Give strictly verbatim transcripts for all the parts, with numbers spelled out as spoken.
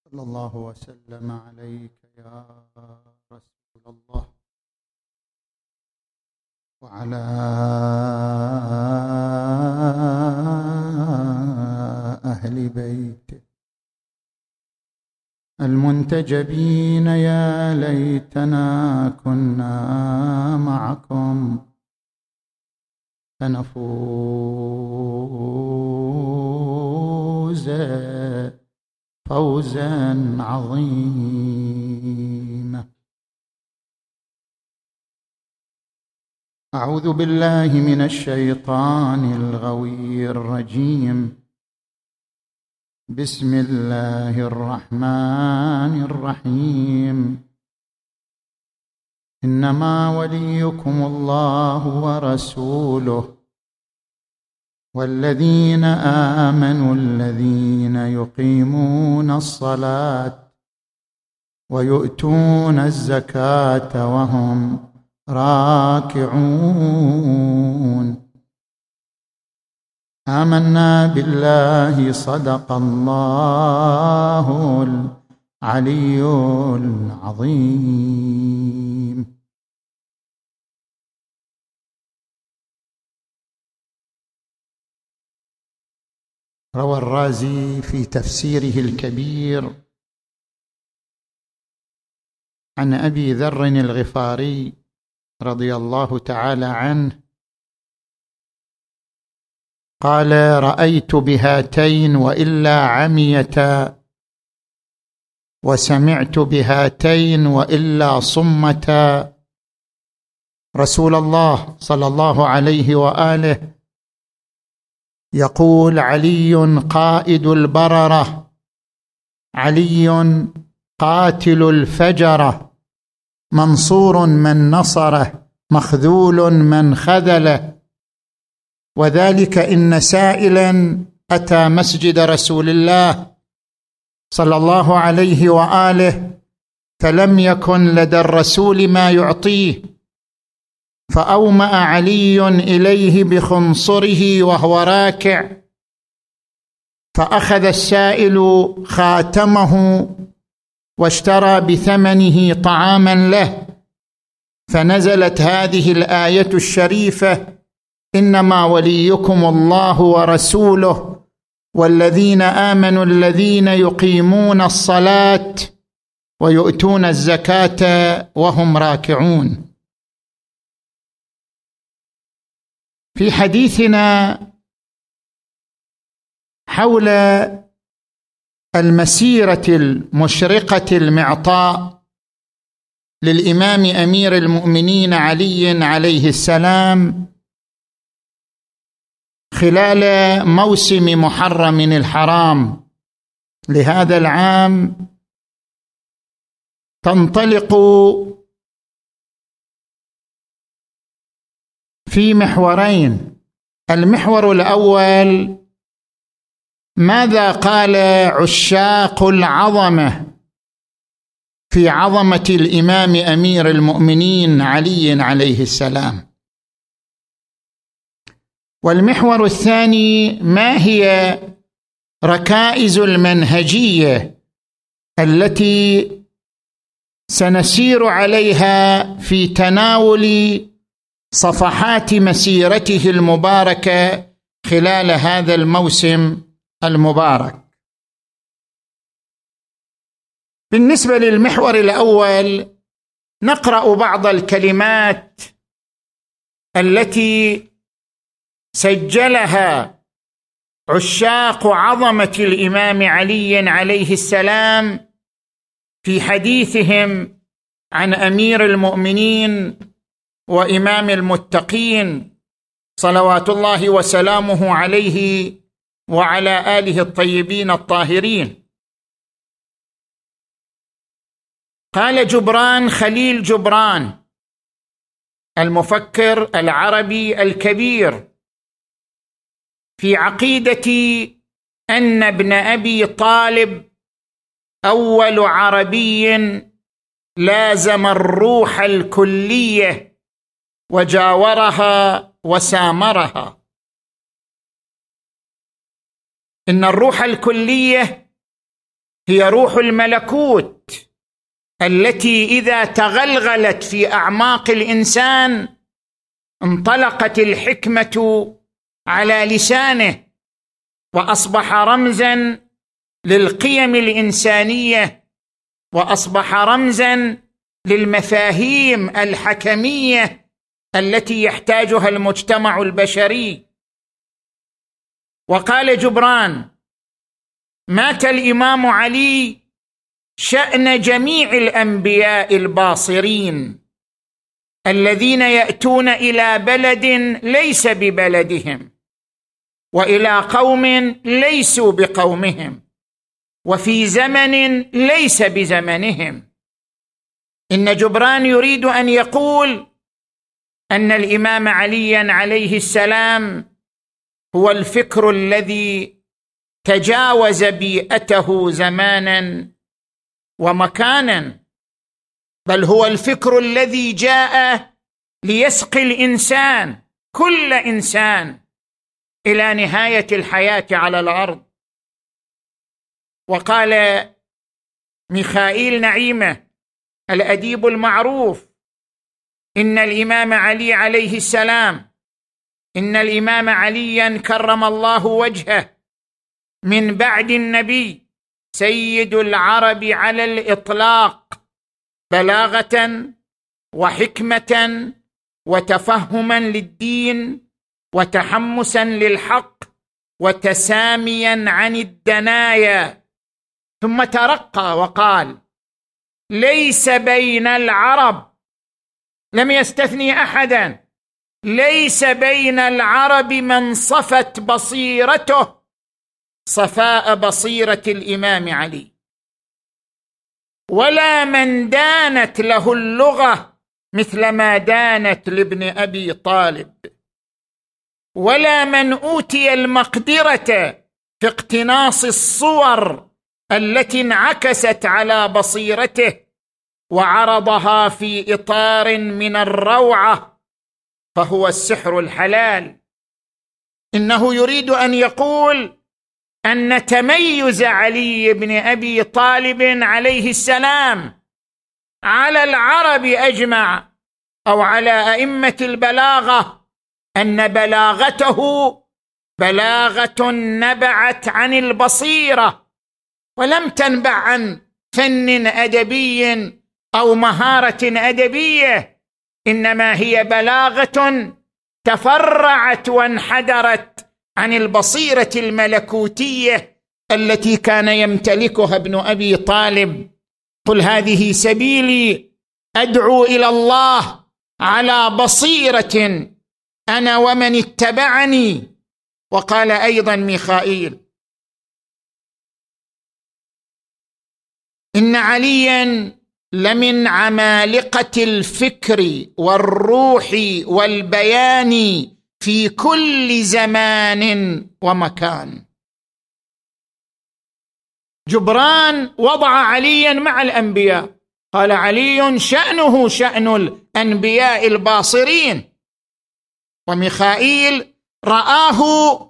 صلى الله وسلم عليك يا رسول الله وعلى أهل بيته المنتجبين. يا ليتنا كنا معكم فنفوز فوزا عظيما. أعوذ بالله من الشيطان الغوي الرجيم. بسم الله الرحمن الرحيم. إنما وليكم الله ورسوله والذين آمنوا الذين يقيمون الصلاة ويؤتون الزكاة وهم راكعون. آمنا بالله صدق الله العلي العظيم. روى الرازي في تفسيره الكبير عن أبي ذر الغفاري رضي الله تعالى عنه قال: رأيت بهاتين وإلا عميتا، وسمعت بهاتين وإلا صمتا، رسول الله صلى الله عليه وآله يقول: علي قائد البررة، علي قاتل الفجرة، منصور من نصره، مخذول من خذله. وذلك إن سائلا أتى مسجد رسول الله صلى الله عليه وآله فلم يكن لدى الرسول ما يعطيه، فأومأ علي إليه بخنصره وهو راكع، فأخذ السائل خاتمه واشترى بثمنه طعاما له، فنزلت هذه الآية الشريفة: إنما وليكم الله ورسوله والذين آمنوا الذين يقيمون الصلاة ويؤتون الزكاة وهم راكعون. في حديثنا حول المسيرة المشرقة المعطاء للإمام أمير المؤمنين علي عليه السلام خلال موسم محرم الحرام لهذا العام، تنطلق في محورين. المحور الأول: ماذا قال عشاق العظمة في عظمة الإمام أمير المؤمنين علي عليه السلام؟ والمحور الثاني: ما هي ركائز المنهجية التي سنسير عليها في تناول صفحات مسيرته المباركة خلال هذا الموسم المبارك؟ بالنسبة للمحور الأول، نقرأ بعض الكلمات التي سجلها عشاق عظمة الإمام علي عليه السلام في حديثهم عن أمير المؤمنين وإمام المتقين صلوات الله وسلامه عليه وعلى آله الطيبين الطاهرين. قال جبران خليل جبران المفكر العربي الكبير في عقيدتي أن ابن أبي طالب أول عربي لازم الروح الكلية وجاورها وسامرها. إن الروح الكلية هي روح الملكوت التي إذا تغلغلت في أعماق الإنسان انطلقت الحكمة على لسانه وأصبح رمزاً للقيم الإنسانية، وأصبح رمزاً للمفاهيم الحكمية التي يحتاجها المجتمع البشري. وقال جبران: مات الإمام علي شأن جميع الأنبياء الباصرين الذين يأتون إلى بلد ليس ببلدهم، وإلى قوم ليسوا بقومهم، وفي زمن ليس بزمنهم. إن جبران يريد أن يقول أن الإمام عليا عليه السلام هو الفكر الذي تجاوز بيئته زمانا ومكانا، بل هو الفكر الذي جاء ليسقي الإنسان، كل إنسان، إلى نهاية الحياة على الأرض. وقال ميخائيل نعيمة الأديب المعروف: إن الإمام علي عليه السلام إن الإمام عليا كرم الله وجهه من بعد النبي سيد العرب على الإطلاق، بلاغة وحكمة وتفهما للدين وتحمسا للحق وتساميا عن الدنايا. ثم ترقى وقال: ليس بين العرب، لم يستثني أحدا، ليس بين العرب من صفت بصيرته صفاء بصيرة الإمام علي، ولا من دانت له اللغة مثل ما دانت لابن أبي طالب، ولا من أوتي المقدرة في اقتناص الصور التي انعكست على بصيرته وعرضها في إطار من الروعة، فهو السحر الحلال. إنه يريد أن يقول أن تميز علي بن أبي طالب عليه السلام على العرب أجمع أو على أئمة البلاغة أن بلاغته بلاغة نبعت عن البصيرة، ولم تنبع عن فن أدبي أو مهارة أدبية، إنما هي بلاغة تفرعت وانحدرت عن البصيرة الملكوتية التي كان يمتلكها ابن أبي طالب. قل هذه سبيلي أدعو إلى الله على بصيرة أنا ومن اتبعني. وقال أيضا ميخائيل: إن عليا لمن عمالقة الفكر والروح والبيان في كل زمان ومكان. جبران وضع عليا مع الأنبياء، قال: علي شأنه شأن الأنبياء الباصرين. وميخائيل رآه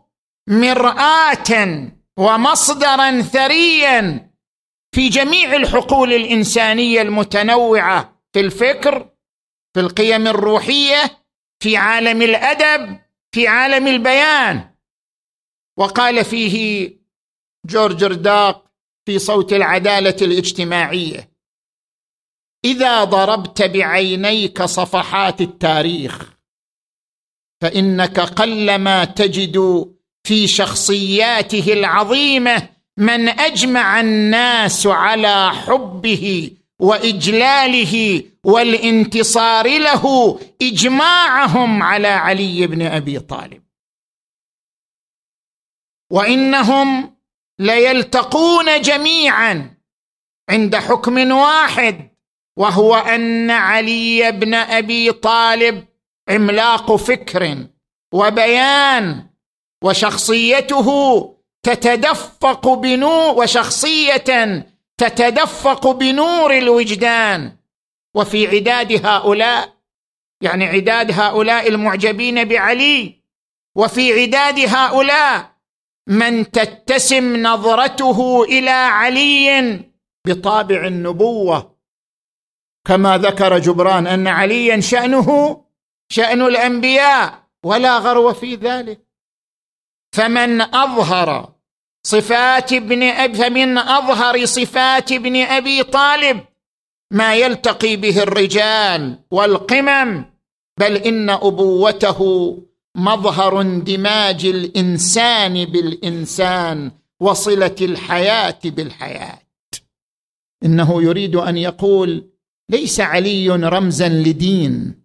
مرآة ومصدرا ثريا في جميع الحقول الإنسانية المتنوعة، في الفكر، في القيم الروحية، في عالم الأدب، في عالم البيان. وقال فيه جورج رداق في صوت العدالة الاجتماعية: إذا ضربت بعينيك صفحات التاريخ فإنك قلما تجد في شخصياته العظيمة من أجمع الناس على حبه وإجلاله والانتصار له إجماعهم على علي بن أبي طالب، وإنهم ليلتقون جميعا عند حكم واحد، وهو أن علي بن أبي طالب عملاق فكر وبيان، وشخصيته تتدفق بنور وشخصية تتدفق بنور الوجدان. وفي عداد هؤلاء، يعني عداد هؤلاء المعجبين بعلي، وفي عداد هؤلاء من تتسم نظرته إلى علي بطابع النبوة، كما ذكر جبران أن عليا شأنه شأن الأنبياء ولا غرو في ذلك. فمن أظهر صفات ابن أبي فمن أظهر صفات ابن أبي طالب ما يلتقي به الرجال والقمم، بل إن أبوته مظهر اندماج الإنسان بالإنسان وصلة الحياة بالحياة. إنه يريد أن يقول ليس علي رمزا لدين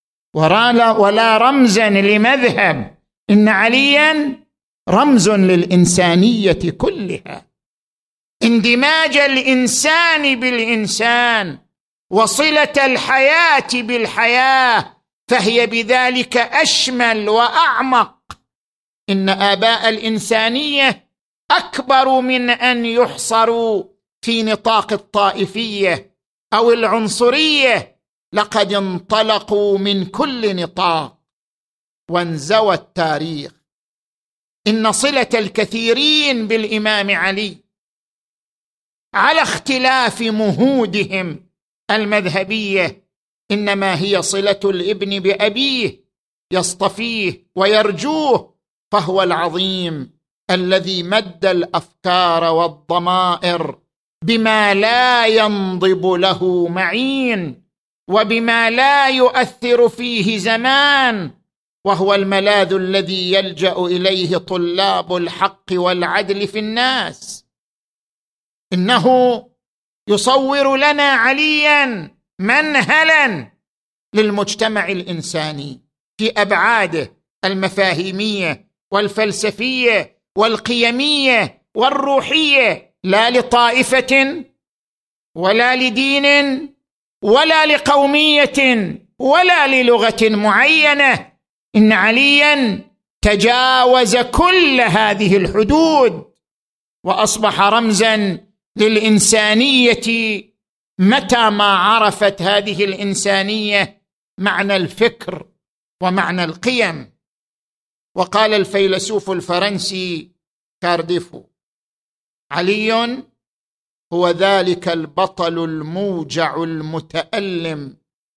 ولا رمزا لمذهب، إن عليا رمز للإنسانية كلها، اندماج الإنسان بالإنسان وصلة الحياة بالحياة، فهي بذلك أشمل وأعمق. إن آباء الإنسانية أكبر من أن يحصروا في نطاق الطائفية أو العنصرية، لقد انطلقوا من كل نطاق وانزوى التاريخ. إن صلة الكثيرين بالإمام علي على اختلاف مهودهم المذهبية إنما هي صلة الابن بأبيه، يصطفيه ويرجوه، فهو العظيم الذي مد الأفكار والضمائر بما لا ينضب له معين وبما لا يؤثر فيه زمان، وهو الملاذ الذي يلجأ إليه طلاب الحق والعدل في الناس. إنه يصور لنا عليا منهلا للمجتمع الإنساني في أبعاده المفاهيمية والفلسفية والقيمية والروحية، لا لطائفة ولا لدين ولا لقومية ولا للغة معينة. إن عليا تجاوز كل هذه الحدود وأصبح رمزا للإنسانية متى ما عرفت هذه الإنسانية معنى الفكر ومعنى القيم. وقال الفيلسوف الفرنسي كارديفو: علي هو ذلك البطل الموجع المتألم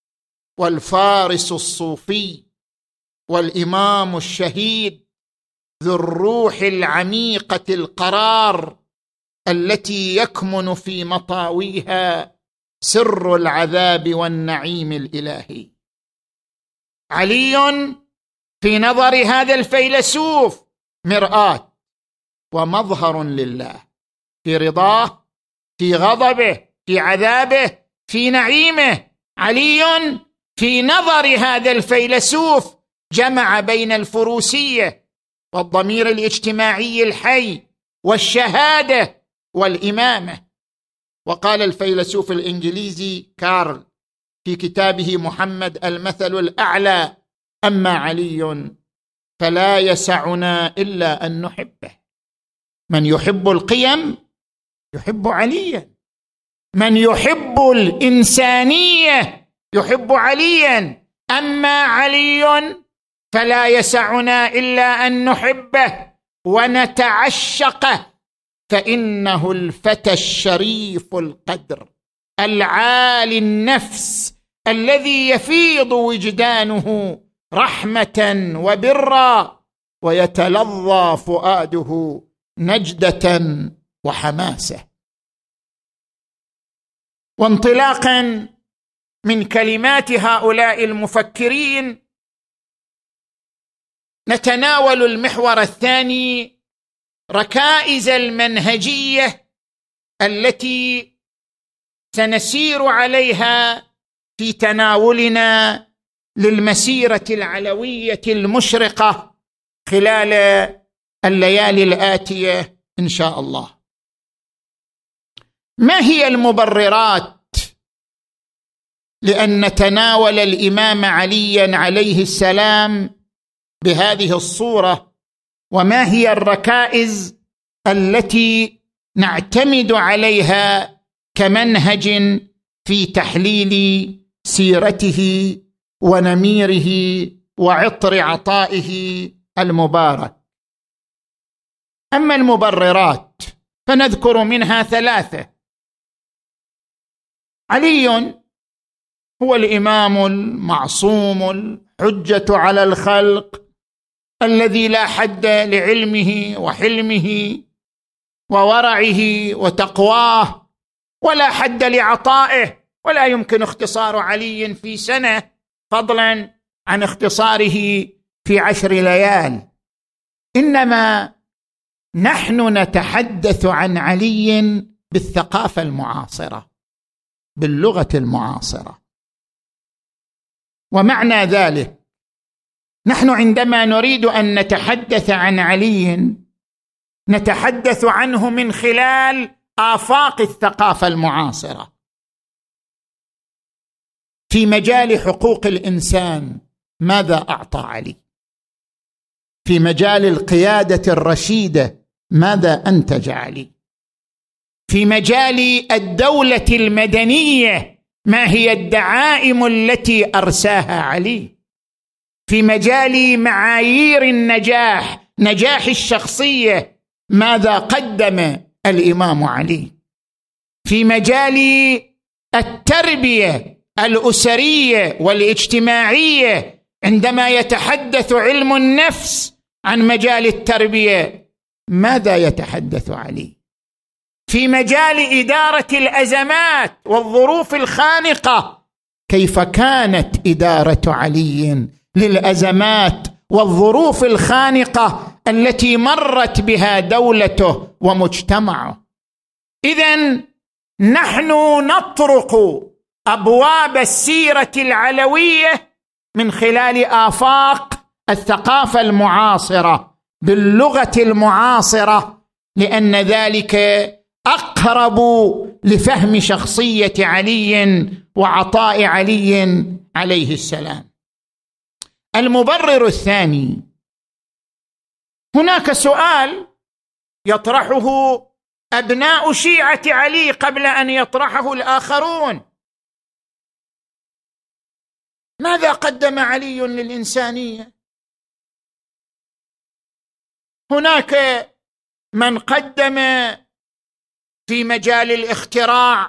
والفارس الصوفي والإمام الشهيد ذو الروح العميقة القرار التي يكمن في مطاويها سر العذاب والنعيم الإلهي. علي في نظر هذا الفيلسوف مرآة ومظهر لله، في رضاه، في غضبه، في عذابه، في نعيمه. علي في نظر هذا الفيلسوف جمع بين الفروسية والضمير الاجتماعي الحي والشهادة والإمامة. وقال الفيلسوف الإنجليزي كارل في كتابه محمد المثل الأعلى: أما علي فلا يسعنا إلا أن نحبه. من يحب القيم يحب عليا، من يحب الإنسانية يحب عليا. أما علي فلا يسعنا إلا أن نحبه ونتعشقه، فإنه الفتى الشريف القدر العالي النفس الذي يفيض وجدانه رحمة وبرا ويتلظى فؤاده نجدة وحماسة. وانطلاقا من كلمات هؤلاء المفكرين نتناول المحور الثاني: ركائز المنهجية التي سنسير عليها في تناولنا للمسيرة العلوية المشرقة خلال الليالي الآتية إن شاء الله. ما هي المبررات لأن نتناول الإمام عليا عليه السلام بهذه الصورة؟ وما هي الركائز التي نعتمد عليها كمنهج في تحليل سيرته ونميره وعطر عطائه المبارك؟ أما المبررات فنذكر منها ثلاثة. علي هو الإمام المعصوم الحجة على الخلق الذي لا حد لعلمه وحلمه وورعه وتقواه، ولا حد لعطائه، ولا يمكن اختصار علي في سنة فضلا عن اختصاره في عشر ليال. إنما نحن نتحدث عن علي بالثقافة المعاصرة، باللغة المعاصرة. ومعنى ذلك نحن عندما نريد أن نتحدث عن علي نتحدث عنه من خلال آفاق الثقافة المعاصرة. في مجال حقوق الإنسان ماذا أعطى علي؟ في مجال القيادة الرشيدة ماذا أنتج علي؟ في مجال الدولة المدنية ما هي الدعائم التي أرساها علي؟ في مجال معايير النجاح، نجاح الشخصية، ماذا قدم الإمام علي؟ في مجال التربية الأسرية والاجتماعية، عندما يتحدث علم النفس عن مجال التربية ماذا يتحدث علي؟ في مجال إدارة الأزمات والظروف الخانقة كيف كانت إدارة علي للأزمات والظروف الخانقة التي مرت بها دولته ومجتمعه؟ إذن نحن نطرق أبواب السيرة العلوية من خلال آفاق الثقافة المعاصرة باللغة المعاصرة، لأن ذلك أقرب لفهم شخصية علي وعطاء علي عليه السلام. المبرر الثاني، هناك سؤال يطرحه أبناء شيعة علي قبل أن يطرحه الآخرون: ماذا قدم علي للإنسانية؟ هناك من قدم في مجال الاختراع،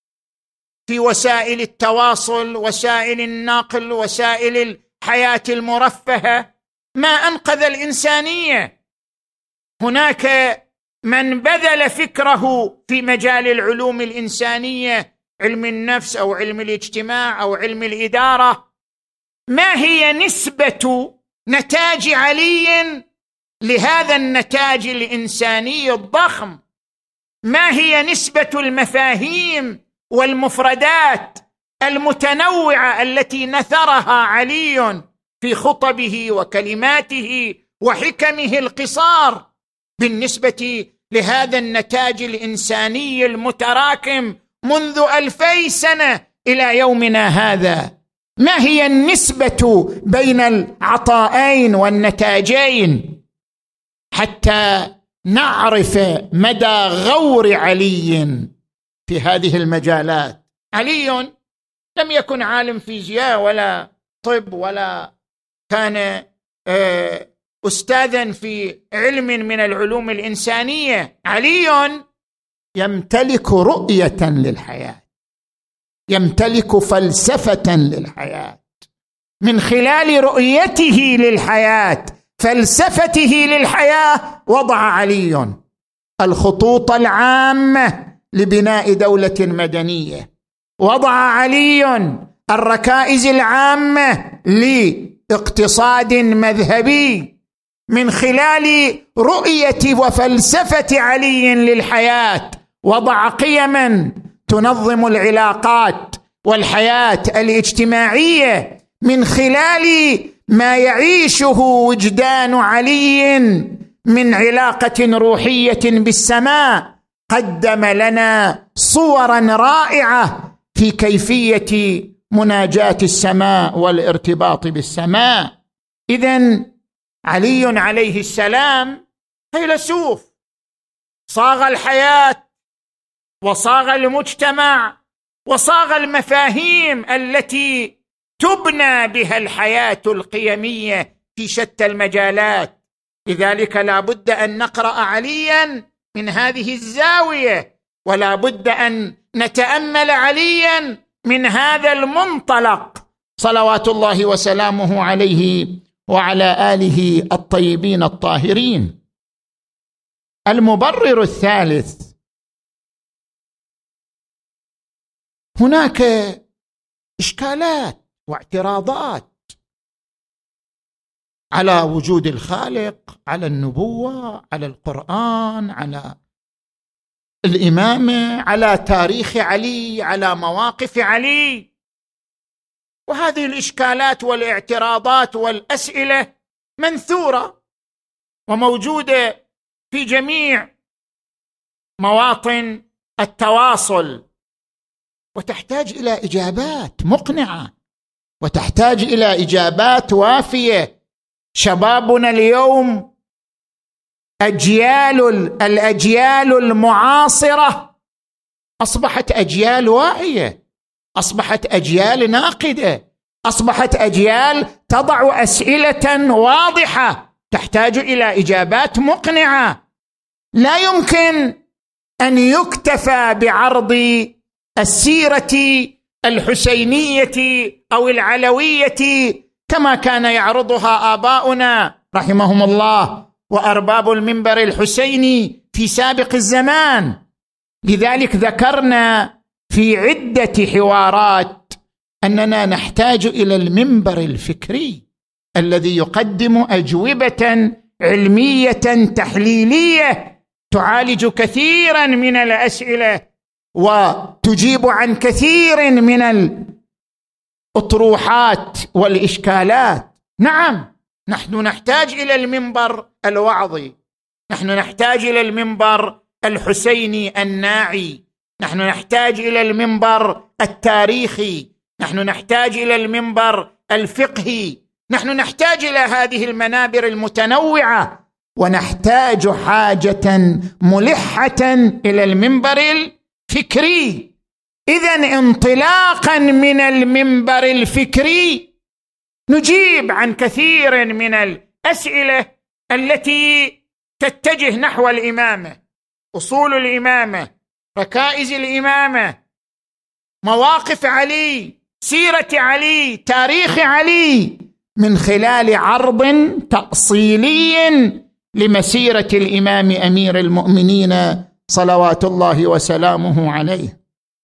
في وسائل التواصل، وسائل النقل، وسائل الحياة المرفهة، ما أنقذ الإنسانية. هناك من بذل فكره في مجال العلوم الإنسانية، علم النفس أو علم الاجتماع أو علم الإدارة. ما هي نسبة نتاج علي لهذا النتاج الإنساني الضخم؟ ما هي نسبة المفاهيم والمفردات المتنوعة التي نثرها علي في خطبه وكلماته وحكمه القصار بالنسبة لهذا النتاج الإنساني المتراكم منذ ألفي سنة إلى يومنا هذا؟ ما هي النسبة بين العطاءين والنتاجين حتى نعرف مدى غور علي في هذه المجالات؟ علي لم يكن عالم فيزياء ولا طب، ولا كان أستاذا في علم من العلوم الإنسانية. علي يمتلك رؤية للحياة، يمتلك فلسفة للحياة. من خلال رؤيته للحياة، فلسفته للحياة، وضع علي الخطوط العامة لبناء دولة مدنية، وضع علي الركائز العامة لاقتصاد مذهبي. من خلال رؤية وفلسفة علي للحياة وضع قيما تنظم العلاقات والحياة الاجتماعية. من خلال ما يعيشه وجدان علي من علاقة روحية بالسماء قدم لنا صورا رائعة في كيفية مناجاة السماء والارتباط بالسماء. إذن علي عليه السلام فيلسوف صاغ الحياة وصاغ المجتمع وصاغ المفاهيم التي تبنى بها الحياة القيمية في شتى المجالات. لذلك لا بد أن نقرأ عليا من هذه الزاوية، ولا بد أن نتأمل عليا من هذا المنطلق صلوات الله وسلامه عليه وعلى آله الطيبين الطاهرين. المبرر الثالث: هناك إشكالات واعتراضات على وجود الخالق، على النبوة، على القرآن، على الإمامة، على تاريخ علي، على مواقف علي. وهذه الإشكالات والاعتراضات والأسئلة منثورة وموجودة في جميع مواطن التواصل، وتحتاج إلى إجابات مقنعة، وتحتاج إلى إجابات وافية. شبابنا اليوم أجيال الأجيال المعاصرة أصبحت أجيال واعية، أصبحت أجيال ناقدة، أصبحت أجيال تضع أسئلة واضحة تحتاج إلى إجابات مقنعة. لا يمكن أن يكتفى بعرض السيرة الحسينية أو العلوية كما كان يعرضها آباؤنا رحمهم الله وأرباب المنبر الحسيني في سابق الزمان. لذلك ذكرنا في عدة حوارات أننا نحتاج إلى المنبر الفكري الذي يقدم أجوبة علمية تحليلية تعالج كثيرا من الأسئلة وتجيب عن كثير من الأطروحات والإشكالات. نعم، نحن نحتاج إلى المنبر الوعظي، نحن نحتاج إلى المنبر الحسيني الناعي، نحن نحتاج إلى المنبر التاريخي، نحن نحتاج إلى المنبر الفقهي، نحن نحتاج إلى هذه المنابر المتنوعة، ونحتاج حاجة ملحة إلى المنبر الفكري. إذن انطلاقا من المنبر الفكري نجيب عن كثير من الأسئلة التي تتجه نحو الإمامة، أصول الإمامة، ركائز الإمامة، مواقف علي، سيرة علي، تاريخ علي، من خلال عرض تأصيلي لمسيرة الإمام أمير المؤمنين صلوات الله وسلامه عليه.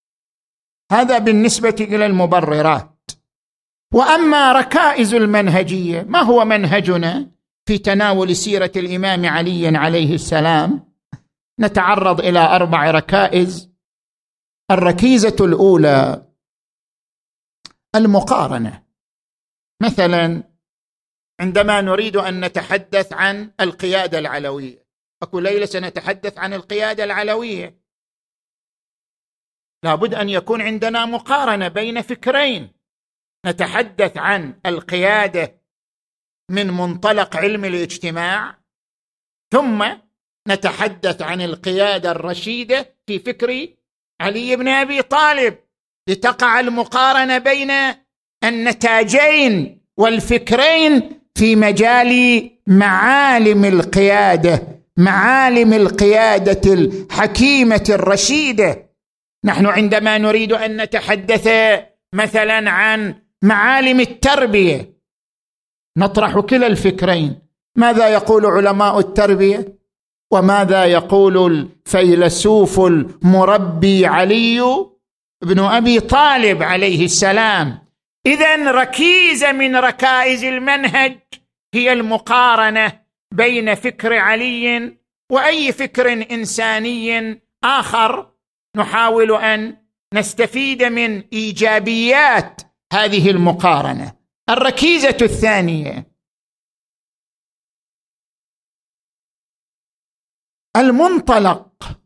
هذا بالنسبة إلى المبررات. وأما ركائز المنهجية، ما هو منهجنا في تناول سيرة الإمام علي عليه السلام؟ نتعرض إلى أربع ركائز. الركيزة الأولى المقارنة. مثلا عندما نريد أن نتحدث عن القيادة العلوية، أكو ليلة سنتحدث عن القيادة العلوية، لابد أن يكون عندنا مقارنة بين فكرين. نتحدث عن القيادة من منطلق علم الاجتماع، ثم نتحدث عن القيادة الرشيدة في فكر علي بن أبي طالب، لتقع المقارنة بين النتاجين والفكرين في مجال معالم القيادة، معالم القيادة الحكيمة الرشيدة. نحن عندما نريد أن نتحدث مثلا عن معالم التربية نطرح كلا الفكرين. ماذا يقول علماء التربية؟ وماذا يقول الفيلسوف المربي علي بن أبي طالب عليه السلام؟ إذن ركيزة من ركائز المنهج هي المقارنة بين فكر علي وأي فكر إنساني آخر، نحاول أن نستفيد من إيجابيات هذه المقارنة. الركيزة الثانية المنطلق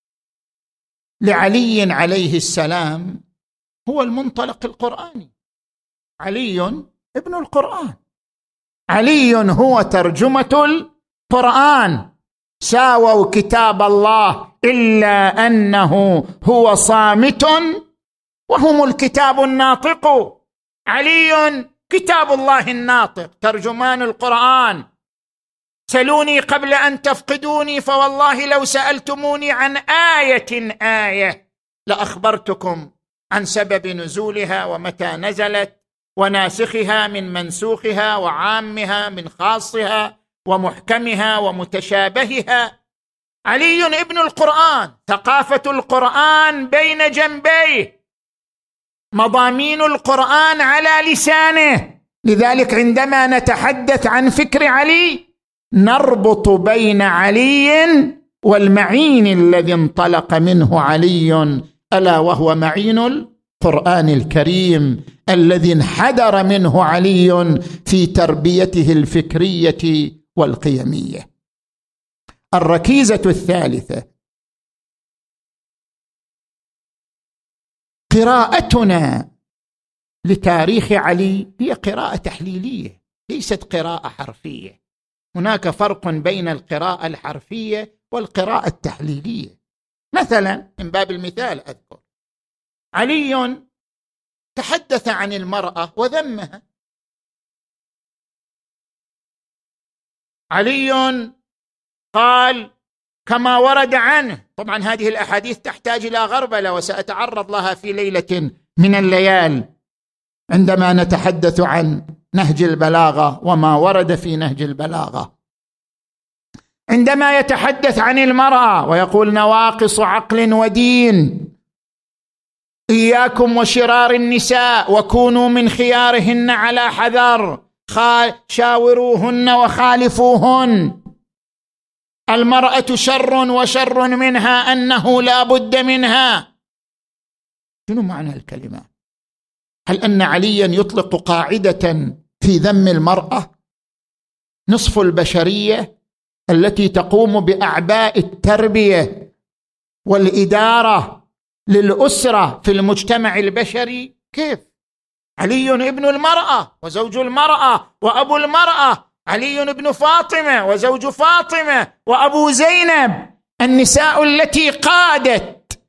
لعلي عليه السلام هو المنطلق القرآني. علي ابن القرآن، علي هو ترجمة القرآن. ساووا كتاب الله إلا أنه هو صامت وهم الكتاب الناطق. علي كتاب الله الناطق، ترجمان القرآن. سلوني قبل أن تفقدوني، فوالله لو سألتموني عن آية آية لأخبرتكم عن سبب نزولها ومتى نزلت وناسخها من منسوخها وعامها من خاصها ومحكمها ومتشابهها. علي ابن القرآن، ثقافة القرآن بين جنبيه، مضامين القرآن على لسانه. لذلك عندما نتحدث عن فكر علي نربط بين علي والمعين الذي انطلق منه علي، ألا وهو معين القرآن الكريم الذي انحدر منه علي في تربيته الفكرية والقيمية. الركيزة الثالثة: قراءتنا لتاريخ علي هي قراءة تحليلية، ليست قراءة حرفية. هناك فرق بين القراءة الحرفية والقراءة التحليلية. مثلا من باب المثال أذكر علي تحدث عن المرأة وذمها. علي قال كما ورد عنه، طبعا هذه الأحاديث تحتاج إلى غربلة وسأتعرض لها في ليلة من الليال عندما نتحدث عن نهج البلاغة وما ورد في نهج البلاغة. عندما يتحدث عن المرأة ويقول نواقص عقل ودين، إياكم وشرار النساء وكونوا من خيارهن على حذر، شاوروهن وخالفوهن، المرأة شر وشر منها أنه لا بد منها. شنو معنى الكلمة؟ هل أن عليا يطلق قاعدة في ذم المرأة؟ نصف البشرية التي تقوم بأعباء التربية والإدارة للأسرة في المجتمع البشري، كيف؟ علي ابن المرأة وزوج المرأة وأبو المرأة، علي ابن فاطمة وزوج فاطمة وأبو زينب، النساء التي قادت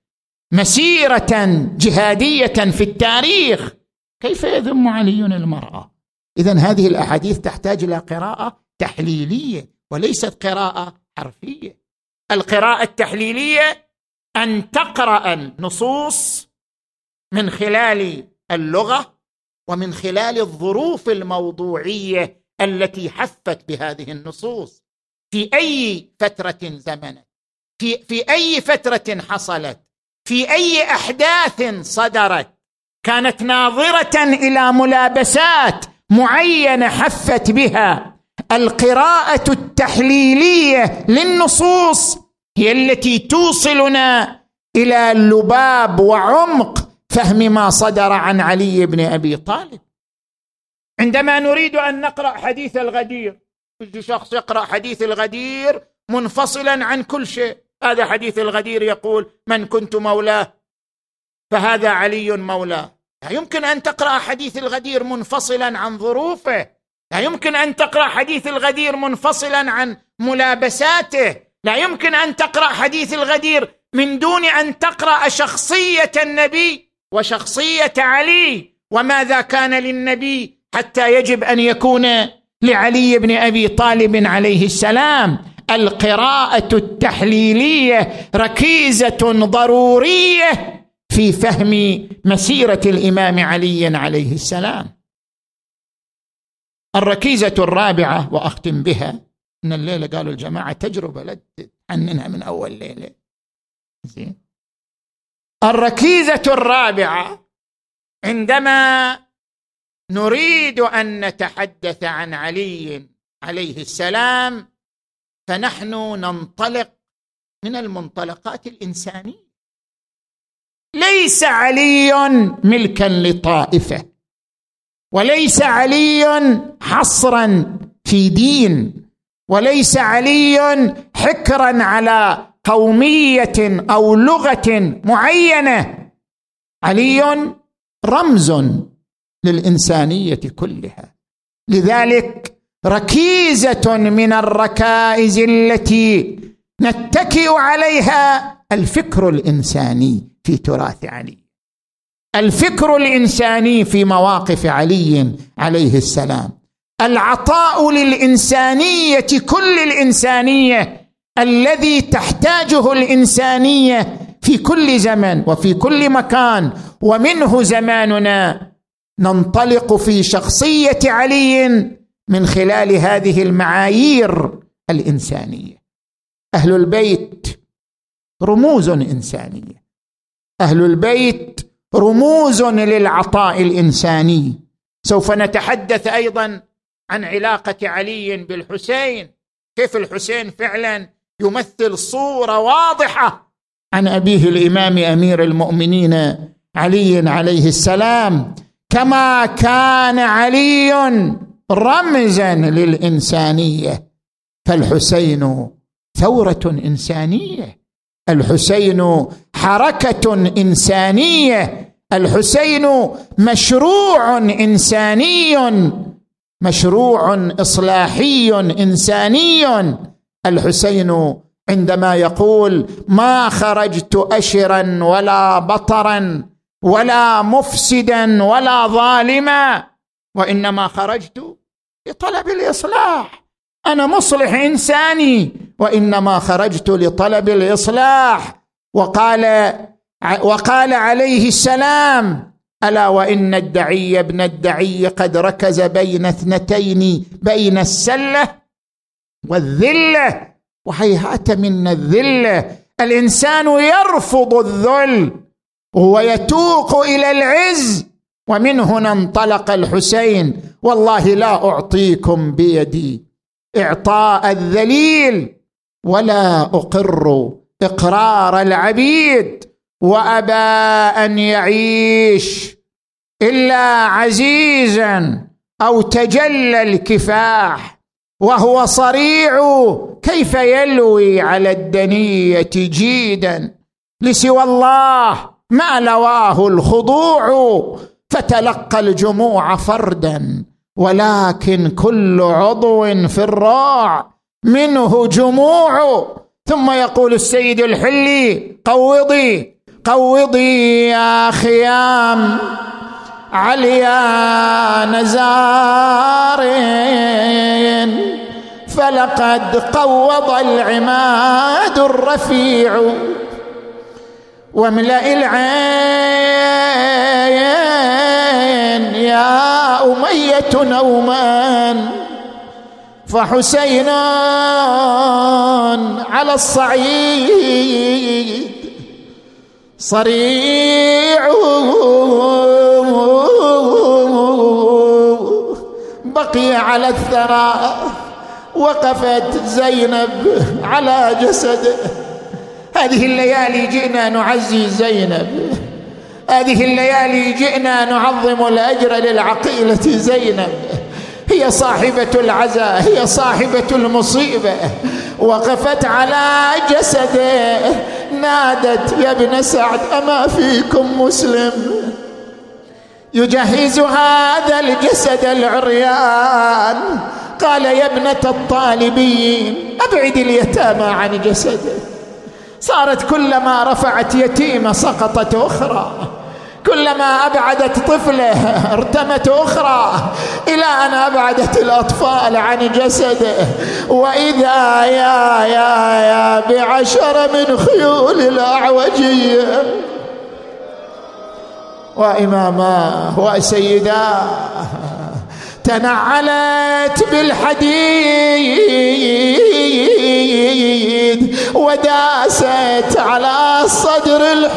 مسيرة جهادية في التاريخ، كيف يذم علي المرأة؟ إذن هذه الأحاديث تحتاج إلى قراءة تحليلية وليست قراءة حرفية. القراءة التحليلية أن تقرأ النصوص من خلال اللغة ومن خلال الظروف الموضوعية التي حفت بهذه النصوص، في أي فترة زمنت، في, في أي فترة حصلت، في أي أحداث صدرت، كانت ناظرة إلى ملابسات معينة حفت بها. القراءة التحليلية للنصوص هي التي توصلنا إلى لباب وعمق فهم ما صدر عن علي بن أبي طالب. عندما نريد أن نقرأ حديث الغدير، يجي شخص يقرأ حديث الغدير منفصلا عن كل شيء، هذا حديث الغدير يقول من كنت مولاه فهذا علي مولاه. لا يمكن أن تقرأ حديث الغدير منفصلا عن ظروفه، لا يمكن أن تقرأ حديث الغدير منفصلا عن ملابساته، لا يمكن أن تقرأ حديث الغدير من دون أن تقرأ شخصية النبي وشخصية علي، وماذا كان للنبي حتى يجب أن يكون لعلي بن أبي طالب عليه السلام. القراءة التحليلية ركيزة ضرورية في فهم مسيرة الإمام علي عليه السلام. الركيزة الرابعة وأختم بها، إن الليلة قالوا الجماعة تجربة لا تعننها من أول ليلة زين. الركيزة الرابعة عندما نريد أن نتحدث عن علي عليه السلام فنحن ننطلق من المنطلقات الإنسانية. ليس علي ملكا لطائفة، وليس علي حصرا في دين، وليس علي حكرا على قومية أو لغة معينة. علي رمز للإنسانية كلها. لذلك ركيزة من الركائز التي نتكئ عليها الفكر الإنساني في تراث علي، الفكر الإنساني في مواقف علي عليه السلام. العطاء للإنسانية، كل الإنسانية الذي تحتاجه الإنسانية في كل زمن وفي كل مكان، ومنه زماننا. ننطلق في شخصية علي من خلال هذه المعايير الإنسانية. أهل البيت رموز إنسانية، أهل البيت رموز للعطاء الإنساني. سوف نتحدث أيضا عن علاقة علي بالحسين، كيف الحسين فعلا يمثل صورة واضحة عن أبيه الإمام أمير المؤمنين علي عليه السلام، كما كان علي رمزا للإنسانية. فالحسين ثورة إنسانية، الحسين حركة إنسانية، الحسين مشروع إنساني، مشروع إصلاحي إنساني. الحسين عندما يقول: ما خرجت أشرا ولا بطرا ولا مفسدا ولا ظالما، وإنما خرجت لطلب الإصلاح، أنا مصلح إنساني وإنما خرجت لطلب الإصلاح. وقال وقال عليه السلام: ألا وإن الدعي ابن الدعي قد ركز بين اثنتين، بين السلة والذلة، وهيهات من الذلة. الإنسان يرفض الذل ويتوق إلى العز، ومن هنا انطلق الحسين: والله لا أعطيكم بيدي إعطاء الذليل ولا أقر إقرار العبيد، وأبى أن يعيش إلا عزيزا أو تجلى الكفاح وهو صريع، كيف يلوي على الدنية جيدا، لسوى الله ما لواه الخضوع، فتلقى الجموع فردا ولكن كل عضو في الراع منه جموع. ثم يقول السيد الحلي: قوضي قوضي يا خيام عليا نزار، فلقد قوض العماد الرفيع، واملأ العين يا أمية نوما، فحسين على الصعيد صريع، بقي على الثرى، وقفت زينب على جسده. هذه الليالي جئنا نعزي زينب، هذه الليالي جئنا نعظم الأجر للعقيلة زينب، هي صاحبة العزاء، هي صاحبة المصيبة، وقفت على جسده، نادت: يا ابن سعد أما فيكم مسلم يجهز هذا الجسد العريان؟ قال: يا ابنة الطالبين أبعد اليتامى عن جسده. صارت كلما رفعت يتيمة سقطت أخرى، كلما أبعدت طفلة ارتمت أخرى، إلى أن أبعدت الأطفال عن جسده. وإذا يا يا يا بعشر من خيول الأعوجية وإماماه وسيداه تنعلت بالحديد وداست على صدر الح...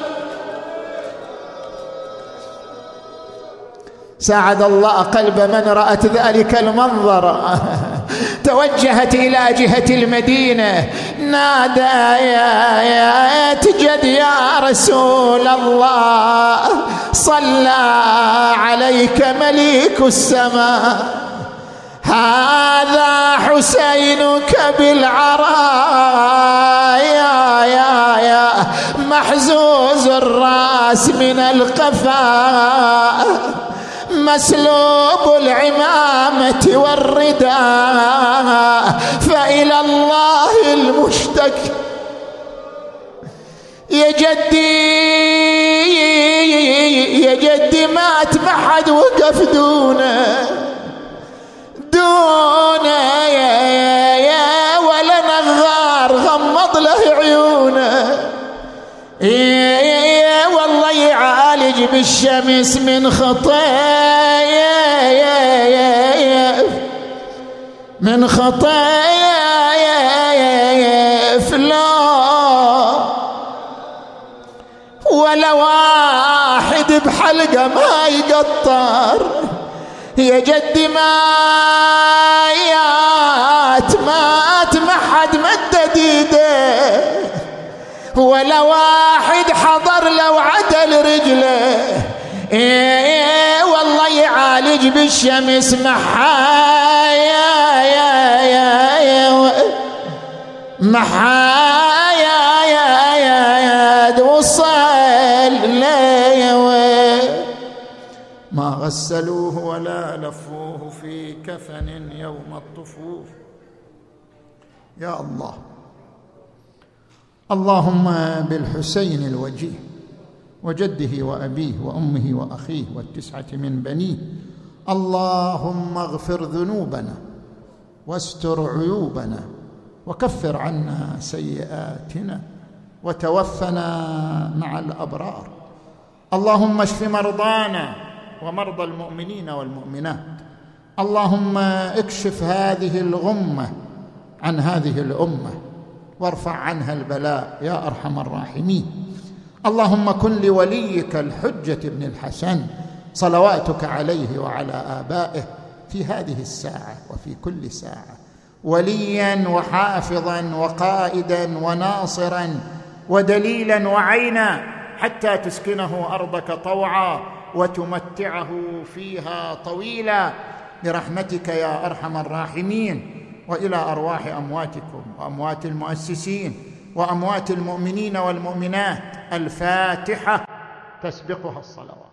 ساعد الله قلب من رأت ذلك المنظر، توجهت إلى جهة المدينة، نادى: يا يا تجد يا رسول الله، صلى عليك مليك السماء، هذا حسينك بالعراء، يا يا يا محزوز الراس من القفا، مسلوب العمامة والرداء، فإلى الله المشتكي. يا جدي يا جدي مات ما حد وقف دونه، إيه والله يعالج بالشمس من خطايا من خطايا فلا ولا واحد بحلقة ما يقطر يا جدي مايات مات ما حد مدد ايده ولا واحد حضر لو عدل رجله إيه والله يعالج بالشمس محايا يا يا يا محايا يا يا يا وصل لي ما غسلوه ولا لفوه في كفن يوم الطفوف. يا الله اللهم بالحسين الوجيه وجده وأبيه وأمه وأخيه والتسعة من بنيه اللهم اغفر ذنوبنا واستر عيوبنا وكفر عنا سيئاتنا وتوفنا مع الأبرار. اللهم اشف مرضانا ومرضى المؤمنين والمؤمنات. اللهم اكشف هذه الغمة عن هذه الأمة وارفع عنها البلاء يا أرحم الراحمين. اللهم كن لوليك الحجة بن الحسن صلواتك عليه وعلى آبائه في هذه الساعة وفي كل ساعة وليا وحافظا وقائدا وناصرا ودليلا وعينا حتى تسكنه أرضك طوعا وتمتعه فيها طويلا برحمتك يا أرحم الراحمين. وإلى أرواح أمواتكم وأموات المؤسسين وأموات المؤمنين والمؤمنات الفاتحة تسبقها الصلوات.